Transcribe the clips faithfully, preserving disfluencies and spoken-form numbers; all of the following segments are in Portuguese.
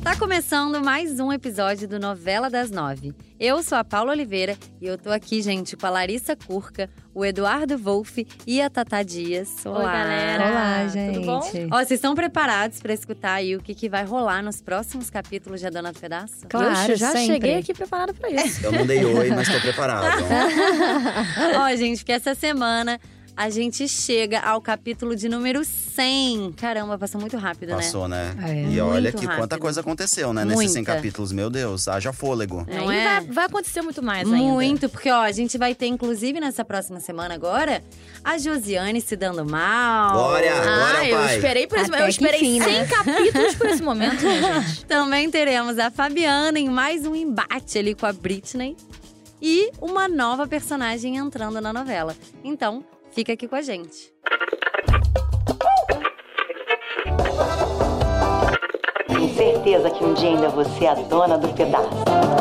Tá começando mais um episódio do Novela das Nove. Eu sou a Paula Oliveira e eu tô aqui, gente, com a Larissa Curca, o Eduardo Wolff e a Tatá Dias. Olá, Oi, galera. Olá, gente. Tudo bom? Ó, vocês estão preparados pra escutar aí o que, que vai rolar nos próximos capítulos de A Dona do Pedaço? Claro, Eu já sempre. cheguei aqui preparado pra isso. Eu não dei oi, mas tô preparado. Ó, gente, porque essa semana a gente chega ao capítulo de número cem. Caramba, passou muito rápido, Passou, né? É. E olha Muito que rápido. quanta coisa aconteceu, né? Muita. Nesses cem capítulos, meu Deus, haja fôlego. né? Não e é? vai, vai acontecer muito mais ainda. Muito, porque ó, a gente vai ter, inclusive, nessa próxima semana agora, a Josiane se dando mal. Glória! Ah, Glória ao eu pai. esperei por esse Até Eu que esperei enfim, né? cem capítulos por esse momento, minha gente. Também teremos a Fabiana em mais um embate ali com a Britney. E uma nova personagem entrando na novela. Então, fica aqui com a gente. Tenho certeza que um dia ainda você é a dona do pedaço.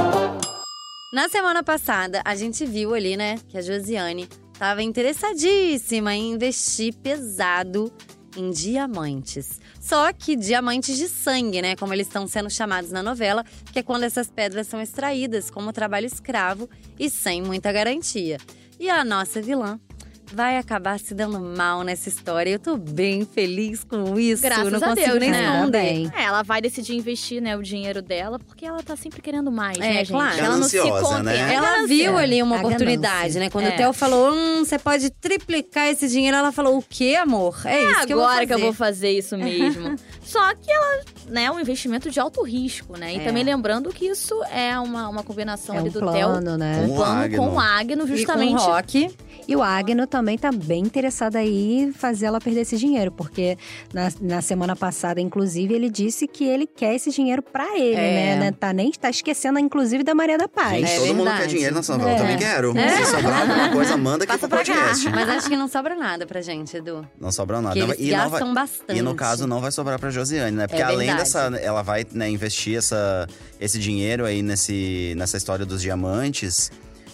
Na semana passada, a gente viu ali, né, que a Josiane estava interessadíssima em investir pesado em diamantes. Só que diamantes de sangue, né, como eles estão sendo chamados na novela, que é quando essas pedras são extraídas como trabalho escravo e sem muita garantia. E a nossa vilã vai acabar se dando mal nessa história. Eu tô bem feliz com isso. Graças não a consigo Deus, nem né? esconder. Bem. É, ela vai decidir investir, né, o dinheiro dela, porque ela tá sempre querendo mais, É, né, gente? claro. Ela não se Gananciosa, contenta. né? Ela Ganância. viu ali uma A oportunidade, ganância. né? Quando É. o Theo falou, hum, você pode triplicar esse dinheiro. Ela falou, o quê, amor? É isso que eu vou Agora fazer. que eu vou fazer isso mesmo. Só que ela, né, é um investimento de alto risco, né? E É. também lembrando que isso é uma, uma combinação É ali um do Theo. plano, né? Com Um plano Agno. com o Agno, justamente. E com o Rock. E o Agno também tá bem interessado aí em fazer ela perder esse dinheiro. Porque na, na semana passada, inclusive, ele disse que ele quer esse dinheiro pra ele, É. né? né? Tá nem tá esquecendo, inclusive, da Maria da Paz. Gente, É todo mundo verdade. quer dinheiro nessa novela. É. Eu também quero. É. Se sobrar alguma coisa, manda aqui Passa pro pra cá. podcast. Mas acho que não sobra nada pra gente, Edu. Não sobra nada. Porque Não eles vai- e, não vai- gastam bastante. e no caso, não vai sobrar pra Josiane, né? Porque É além verdade. dessa… Ela vai, né, investir essa, esse dinheiro aí nesse, nessa história dos diamantes…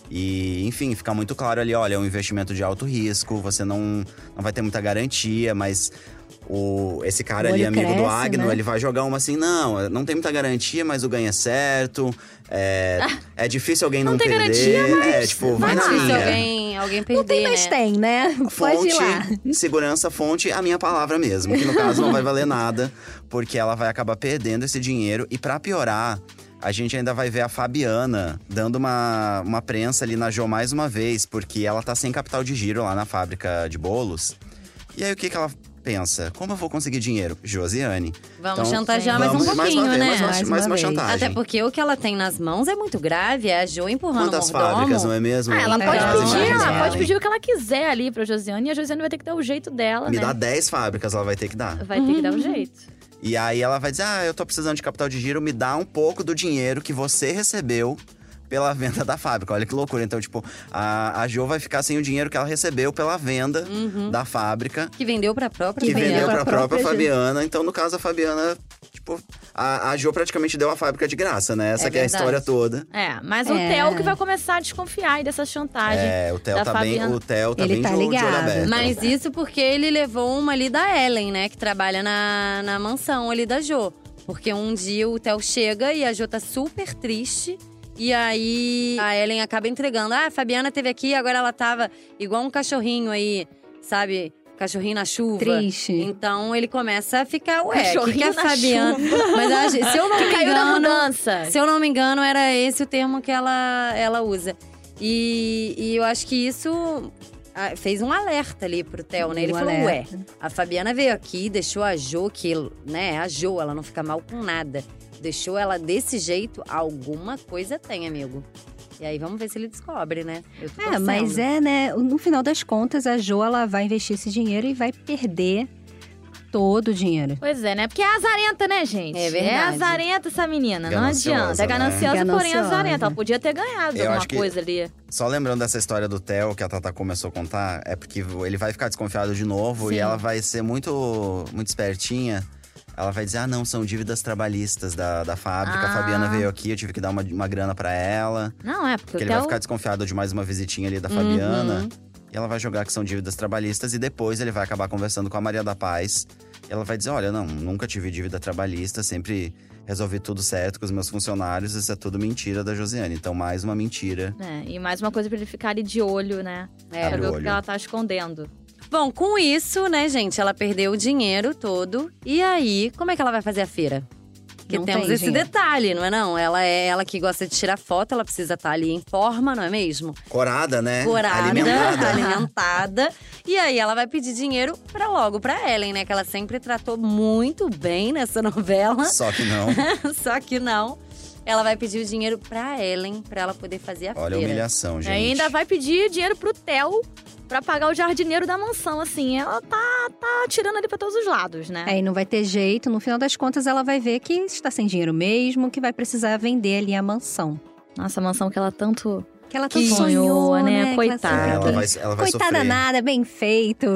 E, enfim, fica muito claro ali, olha, é um investimento de alto risco, você não, não vai ter muita garantia, mas o, esse cara O ali, olho amigo do cresce, Agno, né? ele vai jogar uma assim, não, não tem muita garantia, mas o ganho é certo, é, é difícil alguém não, Não tem perder. garantia, mas é, tipo, vai Vai na difícil linha. alguém, alguém perder, Não tem, mas né? tem, né? Pode ir lá. Fonte, segurança, fonte, a minha palavra mesmo. Que no caso não vai valer nada, porque ela vai acabar perdendo esse dinheiro. E pra piorar, a gente ainda vai ver a Fabiana dando uma, uma prensa ali na Jo mais uma vez, porque ela tá sem capital de giro lá na fábrica de bolos. E aí o que que ela pensa? Como eu vou conseguir dinheiro? Josiane. Vamos Então, chantagear mais um vamos- pouquinho, mais uma vez, né? Mais uma, Mais mais uma uma vez. chantagem. Até porque o que ela tem nas mãos é muito grave. É a Jo empurrando Quantas o mordomo. fábricas, não é mesmo? Ah, ela É, pode as pedir, imagens ela dela, pode hein? pedir o que ela quiser ali pra Josiane. E a Josiane vai ter que dar o jeito dela, Me né? dá dez fábricas, ela vai ter que dar. Vai ter que dar o jeito. E aí ela vai dizer, ah, eu tô precisando de capital de giro, me dá um pouco do dinheiro que você recebeu pela venda da fábrica. Olha que loucura. Então, tipo, a, a Jo vai ficar sem o dinheiro que ela recebeu pela venda da fábrica. Que vendeu pra própria. Que vendeu vendeu pra pra própria própria Jo. Fabiana. Então, no caso, a Fabiana, tipo… A, a Jo praticamente deu a fábrica de graça, né? Essa É que é a verdade. história toda. É, mas o É. Theo que vai começar a desconfiar aí dessa chantagem. É, o Theo da tá bem, Fabiana. o Theo tá Ele bem tá de, olho- de olho ligado. aberto. Mas isso porque ele levou uma ali da Ellen, né? Que trabalha na, na mansão ali da Jo. Porque um dia o Theo chega e a Jo tá super triste. E aí a Ellen acaba entregando. Ah, a Fabiana teve aqui, agora ela tava igual um cachorrinho aí, sabe? Cachorrinho na chuva. Triste. Então ele começa a ficar, ué, o que, que Cachorrinho a na Fabiana. Mas eu acho- se eu não Que me caiu na engano. mudança. Se eu não me engano, era esse o termo que ela, ela usa. E, e eu acho que isso ah, fez um alerta ali pro Theo, né? Ele Um falou, ué, alerta. a Fabiana veio aqui, deixou a Jo, que, né, a Jo, ela não fica mal com nada. Deixou ela desse jeito, alguma coisa tem, amigo. E aí, vamos ver se ele descobre, né? Eu tô É, torcendo. mas é, né? No final das contas, a Jo, ela vai investir esse dinheiro e vai perder todo o dinheiro. Pois é, né? Porque é azarenta, né, gente? É verdade. É azarenta essa menina, não Gananciosa, adianta. É né? gananciosa, porém Gananciosa. azarenta. Ela podia ter ganhado Eu alguma acho que- coisa ali. Só lembrando dessa história do Theo que a Tatá começou a contar, é porque ele vai ficar desconfiado de novo Sim. e ela vai ser muito, muito espertinha. Ela vai dizer, ah, não, são dívidas trabalhistas da, da fábrica. Ah. A Fabiana veio aqui, eu tive que dar uma, uma grana pra ela. Não, é, porque, Porque o ele Theo… vai ficar desconfiado de mais uma visitinha ali da Uhum. Fabiana. E ela vai jogar que são dívidas trabalhistas. E depois ele vai acabar conversando com a Maria da Paz. E ela vai dizer, olha, não, nunca tive dívida trabalhista. Sempre resolvi tudo certo com os meus funcionários. Isso é tudo mentira da Josiane. Então, mais uma mentira. É, e mais uma coisa pra ele ficar ali de olho, né? É. Pra ver o olho. que ela tá escondendo. Bom, com isso, né, gente, ela perdeu o dinheiro todo. E aí, como é que ela vai fazer a feira? Porque Não temos tem esse dinheiro. detalhe, não é não? Ela é ela que gosta de tirar foto, ela precisa estar ali em forma, não é mesmo? Corada, né? Corada, Alimentada. alimentada. E aí ela vai pedir dinheiro pra logo pra Ellen, né? Que ela sempre tratou muito bem nessa novela. Só que não. Só que não. Ela vai pedir o dinheiro pra Ellen, pra ela poder fazer a Olha a feira. humilhação, gente. E ainda vai pedir dinheiro pro Theo pra pagar o jardineiro da mansão, assim. Ela tá, tá tirando ali pra todos os lados, né? Aí não vai ter jeito, no final das contas ela vai ver que está sem dinheiro mesmo, que vai precisar vender ali a mansão. Nossa, a mansão que ela tanto… Que ela Que tanto sonhou, sonhou, né? né? Que ela Coitada. sempre É, ela vai, quis. ela vai Coitada sofrer. nada, bem feito.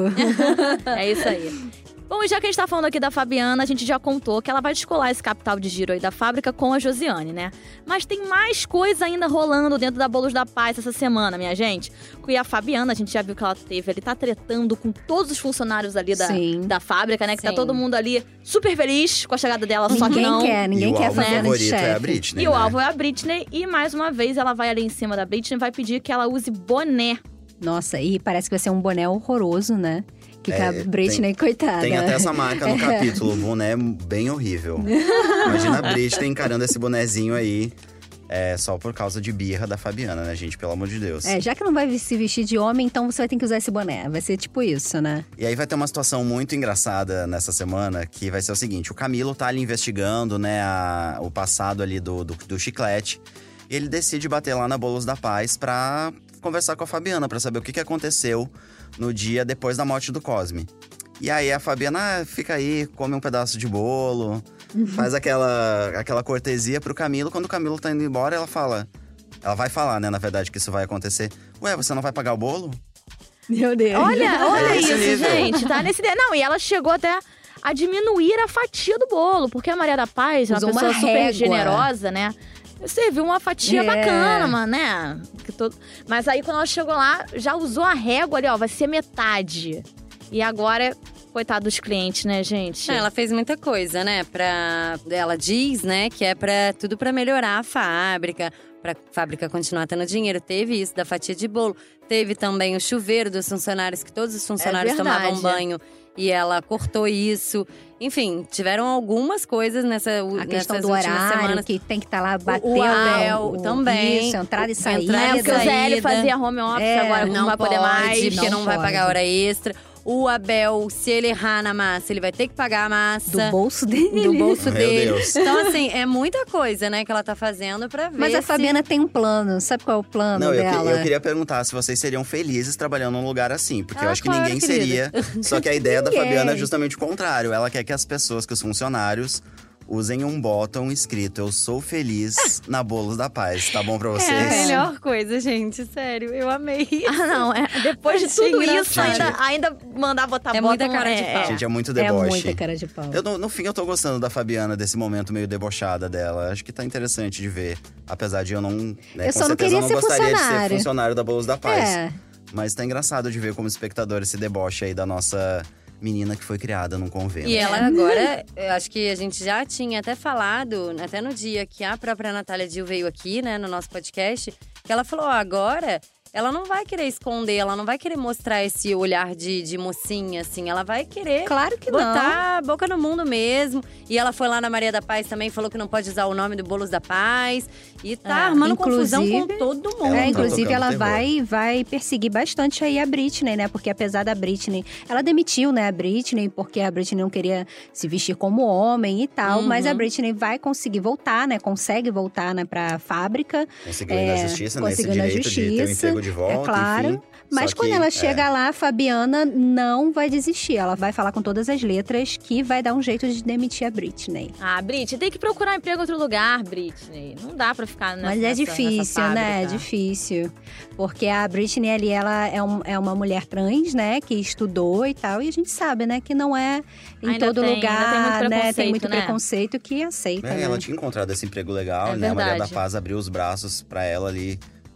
É isso aí. Bom, e já que a gente tá falando aqui da Fabiana, a gente já contou que ela vai descolar esse capital de giro aí da fábrica com a Josiane, né? Mas tem mais coisa ainda rolando dentro da Bolos da Paz essa semana, minha gente. E a Fabiana, a gente já viu que ela teve, ele tá tretando com todos os funcionários ali da, Sim. da fábrica, né? Que tá Sim. todo mundo ali super feliz com a chegada dela, só que Ninguém não. quer, ninguém e o quer alvo fazer de favorito chefe. é a Britney, E o né? alvo é a Britney. E mais uma vez, ela vai ali em cima da Britney e vai pedir que ela use boné. Nossa, e parece que vai ser um boné horroroso, né? Que É, a Britney, coitada. Tem até essa marca no É. capítulo, boné bem horrível. Imagina a Britney encarando esse bonezinho aí, é, só por causa de birra da Fabiana, né, gente? Pelo amor de Deus. É, já que não vai se vestir de homem, então você vai ter que usar esse boné. Vai ser tipo isso, né? E aí vai ter uma situação muito engraçada nessa semana, que vai ser o seguinte. O Camilo tá ali investigando, né, a- o passado ali do, do, do chiclete. E ele decide bater lá na Bolos da Paz pra conversar com a Fabiana, pra saber o que, que aconteceu no dia depois da morte do Cosme. E aí a Fabiana, ah, fica aí, come um pedaço de bolo, faz aquela, aquela cortesia pro Camilo. Quando o Camilo tá indo embora, ela fala… Ela vai falar, né, na verdade, que isso vai acontecer. Ué, você não vai pagar o bolo? Meu Deus. Olha, olha É esse isso, nível. gente. Tá nesse… Não, e ela chegou até a diminuir a fatia do bolo. Porque a Maria da Paz é uma Usou uma pessoa super régua. generosa, né? Serviu uma fatia É. bacana, mano, né? Que todo- Mas aí, quando ela chegou lá, já usou a régua ali, ó. Vai ser metade. E agora, coitado dos clientes, né, gente? É, ela fez muita coisa, né? Pra, ela diz, né, que é pra, tudo pra melhorar a fábrica, pra fábrica continuar tendo dinheiro. Teve isso da fatia de bolo. Teve também o chuveiro dos funcionários, que todos os funcionários verdade. tomavam banho. E ela cortou isso. Enfim, tiveram algumas coisas nessa, A questão nessas do últimas horário, semanas. que tem que estar lá batendo. o Abel o- também. Isso, entrada e O- saída. entrada É, e porque o Zé L saída. fazia home office, É, agora não, Não vai pode, poder mais. porque não, não vai pode. pagar hora extra. O Abel, se ele errar na massa, ele vai ter que pagar a massa. Do bolso dele. do bolso Meu dele. Deus. Então, assim, é muita coisa, né, que ela tá fazendo pra ver Mas a se- Fabiana tem um plano. Sabe qual é o plano Não, eu, que- dela? eu queria perguntar se vocês seriam felizes trabalhando num lugar assim. Porque eu Ah, acho que claro, ninguém querida. seria. Só que a ideia da Ninguém. Fabiana é justamente o contrário. Ela quer que as pessoas, que os funcionários… Usem um bottom escrito, eu sou feliz na Bolos da Paz. Tá bom pra vocês? É a melhor coisa, gente. Sério, eu amei isso. Ah, não. É, depois de Achei tudo isso, engraçado. ainda, ainda mandar botar É bottom, muita cara de é- pau. Gente, é muito É deboche. muita cara de pau. Eu, no, no fim, eu tô gostando da Fabiana, desse momento meio debochada dela. Acho que tá interessante de ver. Apesar de eu não… Né, Eu com só não certeza queria eu não ser gostaria de ser funcionário. funcionário da Bolos da Paz. É. Mas tá engraçado de ver como espectador esse deboche aí da nossa menina que foi criada num convento. E ela agora, eu acho que a gente já tinha até falado, até no dia que a própria Natália Dill veio aqui, né, no nosso podcast, que ela falou, ó, agora… Ela não vai querer esconder, ela não vai querer mostrar esse olhar de, de mocinha, assim. Ela vai querer Claro que não. botar a boca no mundo mesmo. E ela foi lá na Maria da Paz também, falou que não pode usar o nome do Bolos da Paz. E tá É, armando confusão com inclusive- todo mundo. Ela É, tá inclusive tocando ela terror. vai, vai perseguir bastante aí a Britney, né? Porque apesar da Britney… Ela demitiu, né, a Britney, porque a Britney não queria se vestir como homem e tal. Uhum. Mas a Britney vai conseguir voltar, né? Consegue voltar, né, pra fábrica. Conseguiu ir na É, justiça, né? Esse conseguiu na direito de ter o justiça, emprego de volta, é claro. enfim. Mas Só quando que, ela é, chega lá, a Fabiana não vai desistir. Ela vai falar com todas as letras que vai dar um jeito de demitir a Britney. Ah, Britney, tem que procurar emprego em outro lugar, Britney. Não dá pra ficar nessa Mas é nessa- difícil, nessa né? É fábrica. difícil. Porque a Britney ali, ela é, um- é uma mulher trans, né? Que estudou e tal. E a gente sabe, né? Que não é em Ainda todo tem, lugar, ainda tem muito né? Tem preconceito, muito né? preconceito que aceita, É, né? ela tinha encontrado esse emprego legal, É né? A Maria da verdade. Paz abriu os braços pra ela ali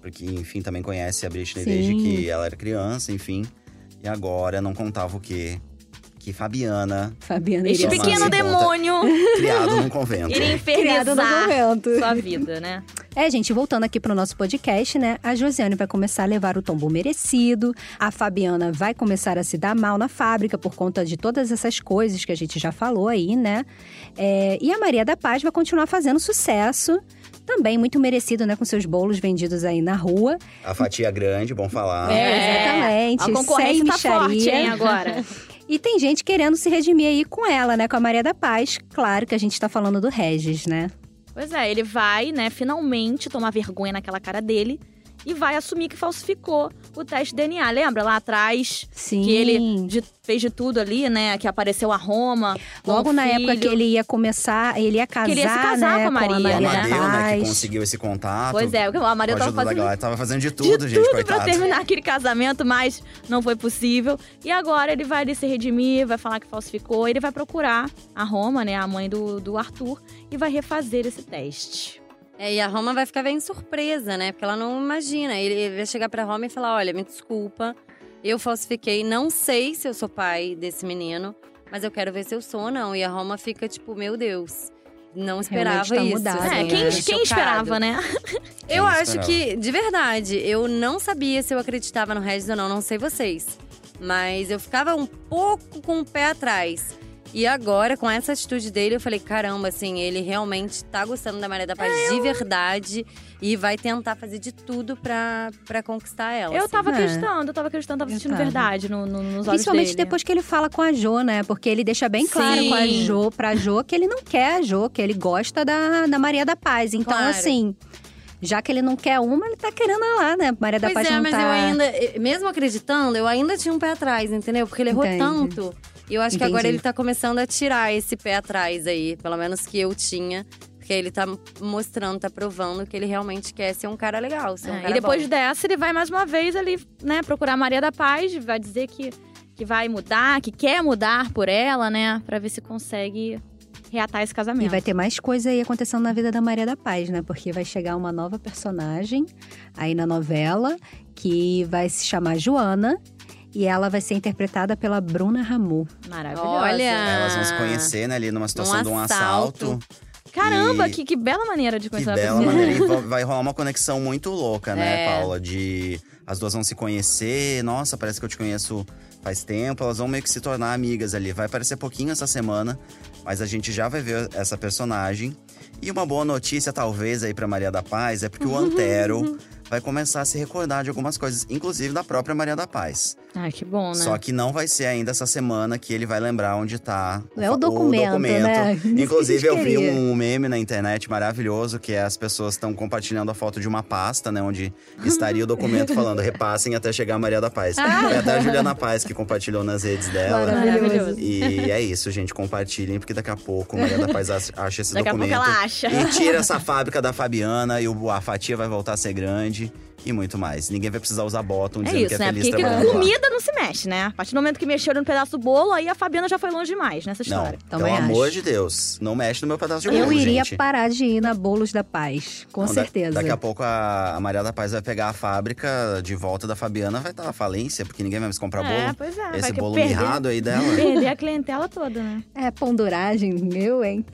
Porque, enfim, também conhece a Britney Sim. desde que ela era criança, enfim. E agora não contava o quê? Que Fabiana, Fabiana Este iria pequeno se demônio criado num convento. iria criada no infernizar convento. sua vida, né? É, gente, voltando aqui pro nosso podcast, né? A Josiane vai começar a levar o tombo merecido. A Fabiana vai começar a se dar mal na fábrica por conta de todas essas coisas que a gente já falou aí, né? É, e a Maria da Paz vai continuar fazendo sucesso. Também muito merecido, né? Com seus bolos vendidos aí na rua. A fatia grande, bom falar. É, exatamente. A concorrência Sem tá forte, mixaria. hein, agora. E tem gente querendo se redimir aí com ela, né? Com a Maria da Paz. Claro que a gente tá falando do Regis, né? Pois é, ele vai, né, finalmente tomar vergonha naquela cara dele e vai assumir que falsificou o teste de D N A. Lembra lá atrás? Sim. Que ele de- fez de tudo ali, né? Que apareceu a Roma. com Logo o na filho. época que ele ia começar, ele ia casar, ele ia se casar né, com a Maria, O né? da Amadeu, né, que Paz. conseguiu esse contato. Pois é, a Maria com a tava ajuda da fazendo galera, tava fazendo de tudo, de gente, tudo coitado. pra terminar aquele casamento, mas não foi possível. E agora ele vai ali se redimir, vai falar que falsificou. Ele vai procurar a Roma, né, a mãe do, do Arthur, e vai refazer esse teste. É, e a Roma vai ficar bem surpresa, né? Porque ela não imagina. Ele, ele vai chegar pra Roma e falar, olha, me desculpa, eu falsifiquei, não sei se eu sou pai desse menino, mas eu quero ver se eu sou ou não. E a Roma fica tipo, meu Deus, não esperava Realmente tá isso. mudado, assim, É, né? quem, né? quem Chocado. esperava, né? Eu Quem acho esperava? que, de verdade, eu não sabia se eu acreditava no Regis ou não, não sei vocês. Mas eu ficava um pouco com o pé atrás. E agora, com essa atitude dele, eu falei, caramba, assim, ele realmente tá gostando da Maria da Paz de verdade. E vai tentar fazer de tudo pra, pra conquistar ela. Eu assim. tava É. acreditando, eu tava acreditando, tava Eu sentindo tava. verdade no, no, nos olhos Principalmente dele. depois que ele fala com a Jo, né? Porque ele deixa bem claro Sim. com a Jo, pra Jo, que ele não quer a Jo, que ele gosta da, da Maria da Paz. Então, Claro. assim, já que ele não quer uma, ele tá querendo a lá, né? Maria da Pois Paz é, não mas tá… eu ainda, mesmo acreditando, eu ainda tinha um pé atrás, entendeu? Porque ele errou Entendi. tanto. E eu acho que Entendi. agora ele tá começando a tirar esse pé atrás aí, pelo menos que eu tinha. Porque ele tá mostrando, tá provando que ele realmente quer ser um cara legal, ser um É, cara e depois bom. dessa, ele vai mais uma vez ali, né, procurar a Maria da Paz, vai dizer que, que vai mudar, que quer mudar por ela, né, pra ver se consegue reatar esse casamento. E vai ter mais coisa aí acontecendo na vida da Maria da Paz, né? Porque vai chegar uma nova personagem aí na novela, que vai se chamar Joana. E ela vai ser interpretada pela Bruna Ramu. Maravilhosa. Olha! Elas vão se conhecer, né, ali numa situação Num de um assalto. assalto. Caramba, E- que, que bela maneira de Que conhecer uma bela pessoa. maneira. E va- vai rolar uma conexão muito louca, né, É. Paula? De as duas vão se conhecer. Nossa, parece que eu te conheço faz tempo. Elas vão meio que se tornar amigas ali. Vai aparecer pouquinho essa semana, mas a gente já vai ver essa personagem. E uma boa notícia, talvez, aí pra Maria da Paz, é porque o Antero vai começar a se recordar de algumas coisas, inclusive da própria Maria da Paz. Ai, que bom, né? Só que não vai ser ainda essa semana que ele vai lembrar onde tá É o documento, né? Isso que a Inclusive, gente eu vi queria. um meme na internet maravilhoso, que é as pessoas estão compartilhando a foto de uma pasta, né? Onde estaria o documento falando, repassem até chegar a Maria da Paz. Foi até a Juliana Paz que compartilhou nas redes dela. Maravilhoso. E é isso, gente. Compartilhem, porque daqui a pouco Maria da Paz acha acha esse Daqui a pouco documento. ela acha. E tira essa fábrica da Fabiana e o- a fatia vai voltar a ser grande. E muito mais. Ninguém vai precisar usar bottom É dizendo isso, que é né? feliz Porque que trabalhando lá. comida não se mexe, né? A partir do momento que mexeram no pedaço do bolo, aí a Fabiana já foi longe demais nessa Não, história. pelo Também amor acho. de Deus, não mexe no meu pedaço de Eu bolo, iria gente. parar de ir na Bolos da Paz, com Não, da- certeza. daqui a pouco a, a Maria da Paz vai pegar a fábrica de volta da Fabiana, vai estar à falência, porque ninguém vai mais comprar É, bolo. pois é. vai Esse que bolo perder, mirrado aí dela. Perder a clientela toda, né? É, ponduragem, meu, hein?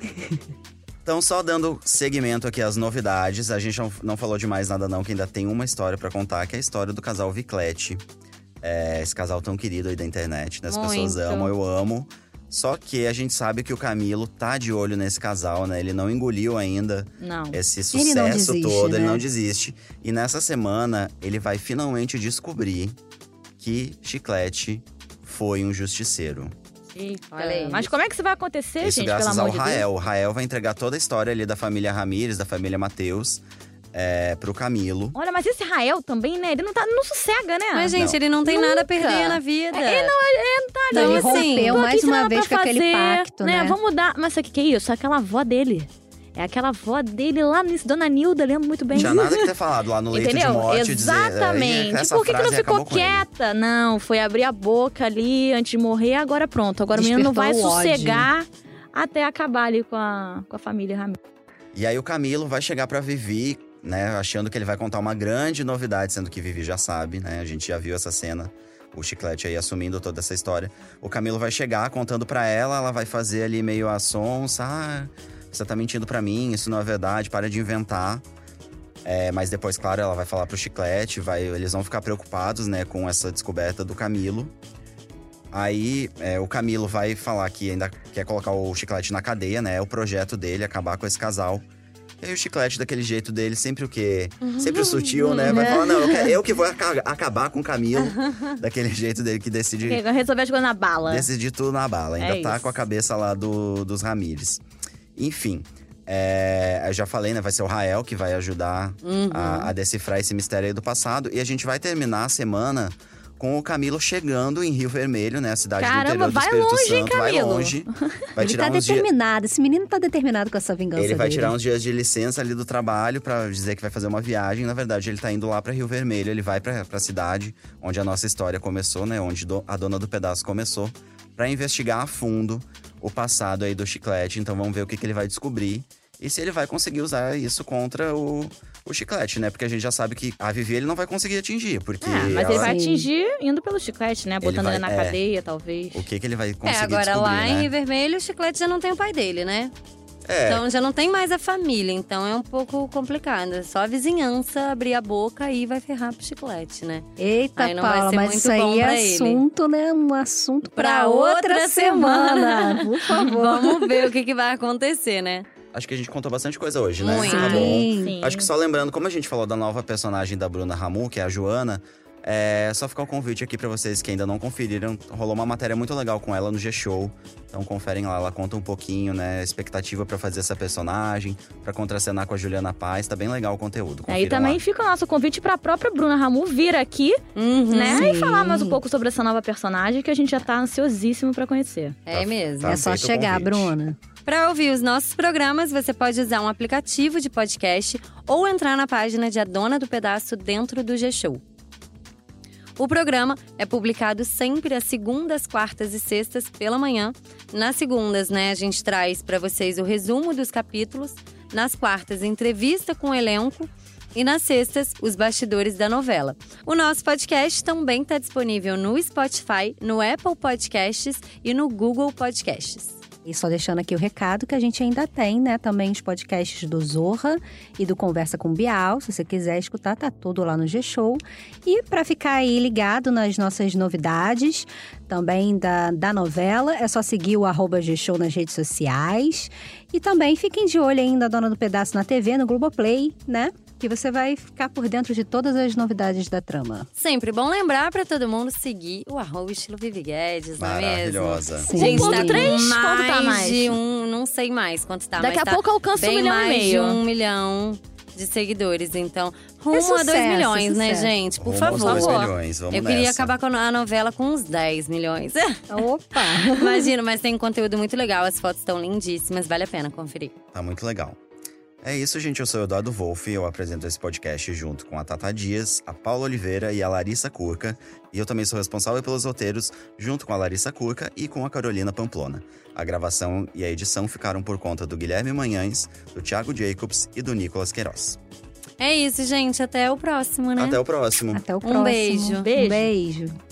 Então, só dando seguimento aqui às novidades, a gente não, não falou de mais nada não, que ainda tem uma história pra contar, que é a história do casal Viclete. É, esse casal tão querido aí da internet, né? As pessoas Muito. amam, eu amo. Só que a gente sabe que o Camilo tá de olho nesse casal, né? Ele não engoliu ainda Não. esse Ele não sucesso desiste, todo, ele né? não desiste. E nessa semana, ele vai finalmente descobrir que Chiclete foi um justiceiro. Eita. Olha aí. Mas como é que isso vai acontecer, Isso gente? Pelo graças amor ao de Rael. O Rael vai entregar toda a história ali da família Ramírez, da família Matheus, é, pro Camilo. Deus? Olha, mas esse Rael também, né? Ele não, tá, não sossega, né? Mas, gente, Não. ele não tem nada a Nunca. perder na vida. Ele não, ele não tá ali. Então, Ele assim, rompeu tô aqui mais sem uma nada vez com pra aquele fazer, pacto, né? Vamos dar. Mas sabe o que que é isso? Aquela avó dele. É aquela avó dele lá no início, Dona Nilda, lembro muito bem. Não tinha nada que ter falado lá no leito Entendeu? de morte. Exatamente. Dizer, "Ih, essa Por que, que não frase ficou acabou com ele." quieta? Não, foi abrir a boca ali antes de morrer, agora pronto. Agora o menino não vai Despertou o ódio. sossegar até acabar ali com a, com a família Ramírez. E aí o Camilo vai chegar pra Vivi né, achando que ele vai contar uma grande novidade, sendo que Vivi já sabe, né? A gente já viu essa cena, o Chiclete aí assumindo toda essa história. O Camilo vai chegar contando pra ela, ela vai fazer ali meio a sonsa. Ah, você tá mentindo pra mim, isso não é verdade, para de inventar. É, mas depois, claro, ela vai falar pro Chiclete, vai, eles vão ficar preocupados, né, com essa descoberta do Camilo. Aí, é, o Camilo vai falar que ainda quer colocar o Chiclete na cadeia, né? É o projeto dele, acabar com esse casal. E aí o Chiclete, daquele jeito dele, sempre o quê? Sempre o sutil, né? Vai falar, não, eu, quero, eu que vou aca- acabar com o Camilo. Daquele jeito dele que decide… Resolver as coisas na bala. Decidir tudo na bala. Ainda É tá isso. com a cabeça lá do, dos Ramírez. Enfim… É, eu já falei, né? Vai ser o Rael que vai ajudar Uhum. a, a decifrar esse mistério aí do passado. E a gente vai terminar a semana com o Camilo chegando em Rio Vermelho, né? A cidade Caramba, do interior do vai Espírito longe, hein, Santo. Vai Camilo? longe. Vai Ele tirar tá uns dias… determinado. Esse menino tá determinado com essa vingança Ele vai dele. tirar uns dias de licença ali do trabalho pra dizer que vai fazer uma viagem. Na verdade, ele tá indo lá pra Rio Vermelho. Ele vai pra, pra cidade onde a nossa história começou, né? Onde do, a dona do pedaço começou. Pra investigar a fundo o passado aí do Chiclete. Então vamos ver o que, que ele vai descobrir. E se ele vai conseguir usar isso contra o, o Chiclete, né? Porque a gente já sabe que a Vivi ele não vai conseguir atingir. Porque É, mas ela… ele vai Sim. atingir indo pelo Chiclete, né? Botando vai- ele na é. cadeia, talvez. O que, que ele vai conseguir É, agora descobrir, lá né? em Rio Vermelho, o Chiclete já não tem o pai dele, né? É, Então já não tem mais a família, então é um pouco complicado. É só a vizinhança abrir a boca e vai ferrar pro Chiclete, né? Eita, Aí não vai Paula, ser mas muito isso aí bom pra é ele. assunto, né? Um assunto pra, Pra outra, outra semana. semana. Por favor. Vamos ver o que, que vai acontecer, né? acho que a gente contou bastante coisa hoje, né? Muito. Tá bom. Sim. Sim. Acho que só lembrando, como a gente falou da nova personagem da Bruna Ramu, que é a Joana, é só ficar o convite aqui pra vocês que ainda não conferiram. Rolou uma matéria muito legal com ela no G-Show. Então conferem lá, ela conta um pouquinho, né? Expectativa pra fazer essa personagem, pra contracenar com a Juliana Paz. Tá bem legal o conteúdo. Aí Confiram também lá. fica o nosso convite pra própria Bruna Ramu vir aqui, Uhum. né? E Sim. falar mais um pouco sobre essa nova personagem que a gente já tá ansiosíssimo pra conhecer. É mesmo. Tá É só feito o chegar, convite. Bruna. Para ouvir os nossos programas, você pode usar um aplicativo de podcast ou entrar na página de A Dona do Pedaço dentro do G-Show. O programa é publicado sempre às segundas, quartas e sextas pela manhã. Nas segundas, né, a gente traz para vocês o resumo dos capítulos. Nas quartas, entrevista com o elenco. E nas sextas, os bastidores da novela. O nosso podcast também está disponível no Spotify, no Apple Podcasts e no Google Podcasts. E só deixando aqui o recado que a gente ainda tem, né, também os podcasts do Zorra e do Conversa com Bial. Se você quiser escutar, tá tudo lá no G-Show. E para ficar aí ligado nas nossas novidades, também da, da novela, é só seguir o arroba G-Show nas redes sociais. E também fiquem de olho ainda a Dona do Pedaço na T V, no Globoplay, né? Que você vai ficar por dentro de todas as novidades da trama. Sempre bom lembrar para todo mundo seguir o arroba estilo Vivi Guedes, não é mesmo? Maravilhosa. Sim. Gente, um tá ponto três? com Quanto tá mais? de um, não sei mais quanto tá, Daqui mas a tá pouco alcança um bem milhão e mais meio. de um milhão de seguidores. Então, rumo É a dois sucesso, milhões, né, sucesso. gente? Por Rumo aos favor. dois milhões, vamos Eu queria nessa. acabar com a novela com uns dez milhões. Opa! Imagina, mas tem conteúdo muito legal. As fotos estão lindíssimas, vale a pena conferir. Tá muito legal. É isso, gente. Eu sou o Eduardo Wolff. Eu apresento esse podcast junto com a Tata Dias, a Paula Oliveira e a Larissa Curca. E eu também sou responsável pelos roteiros, junto com a Larissa Curca e com a Carolina Pamplona. A gravação e a edição ficaram por conta do Guilherme Manhães, do Thiago Jacobs e do Nicolas Queiroz. É isso, gente. Até o próximo, né? Até o próximo. Até o próximo. beijo. Um Beijo. beijo.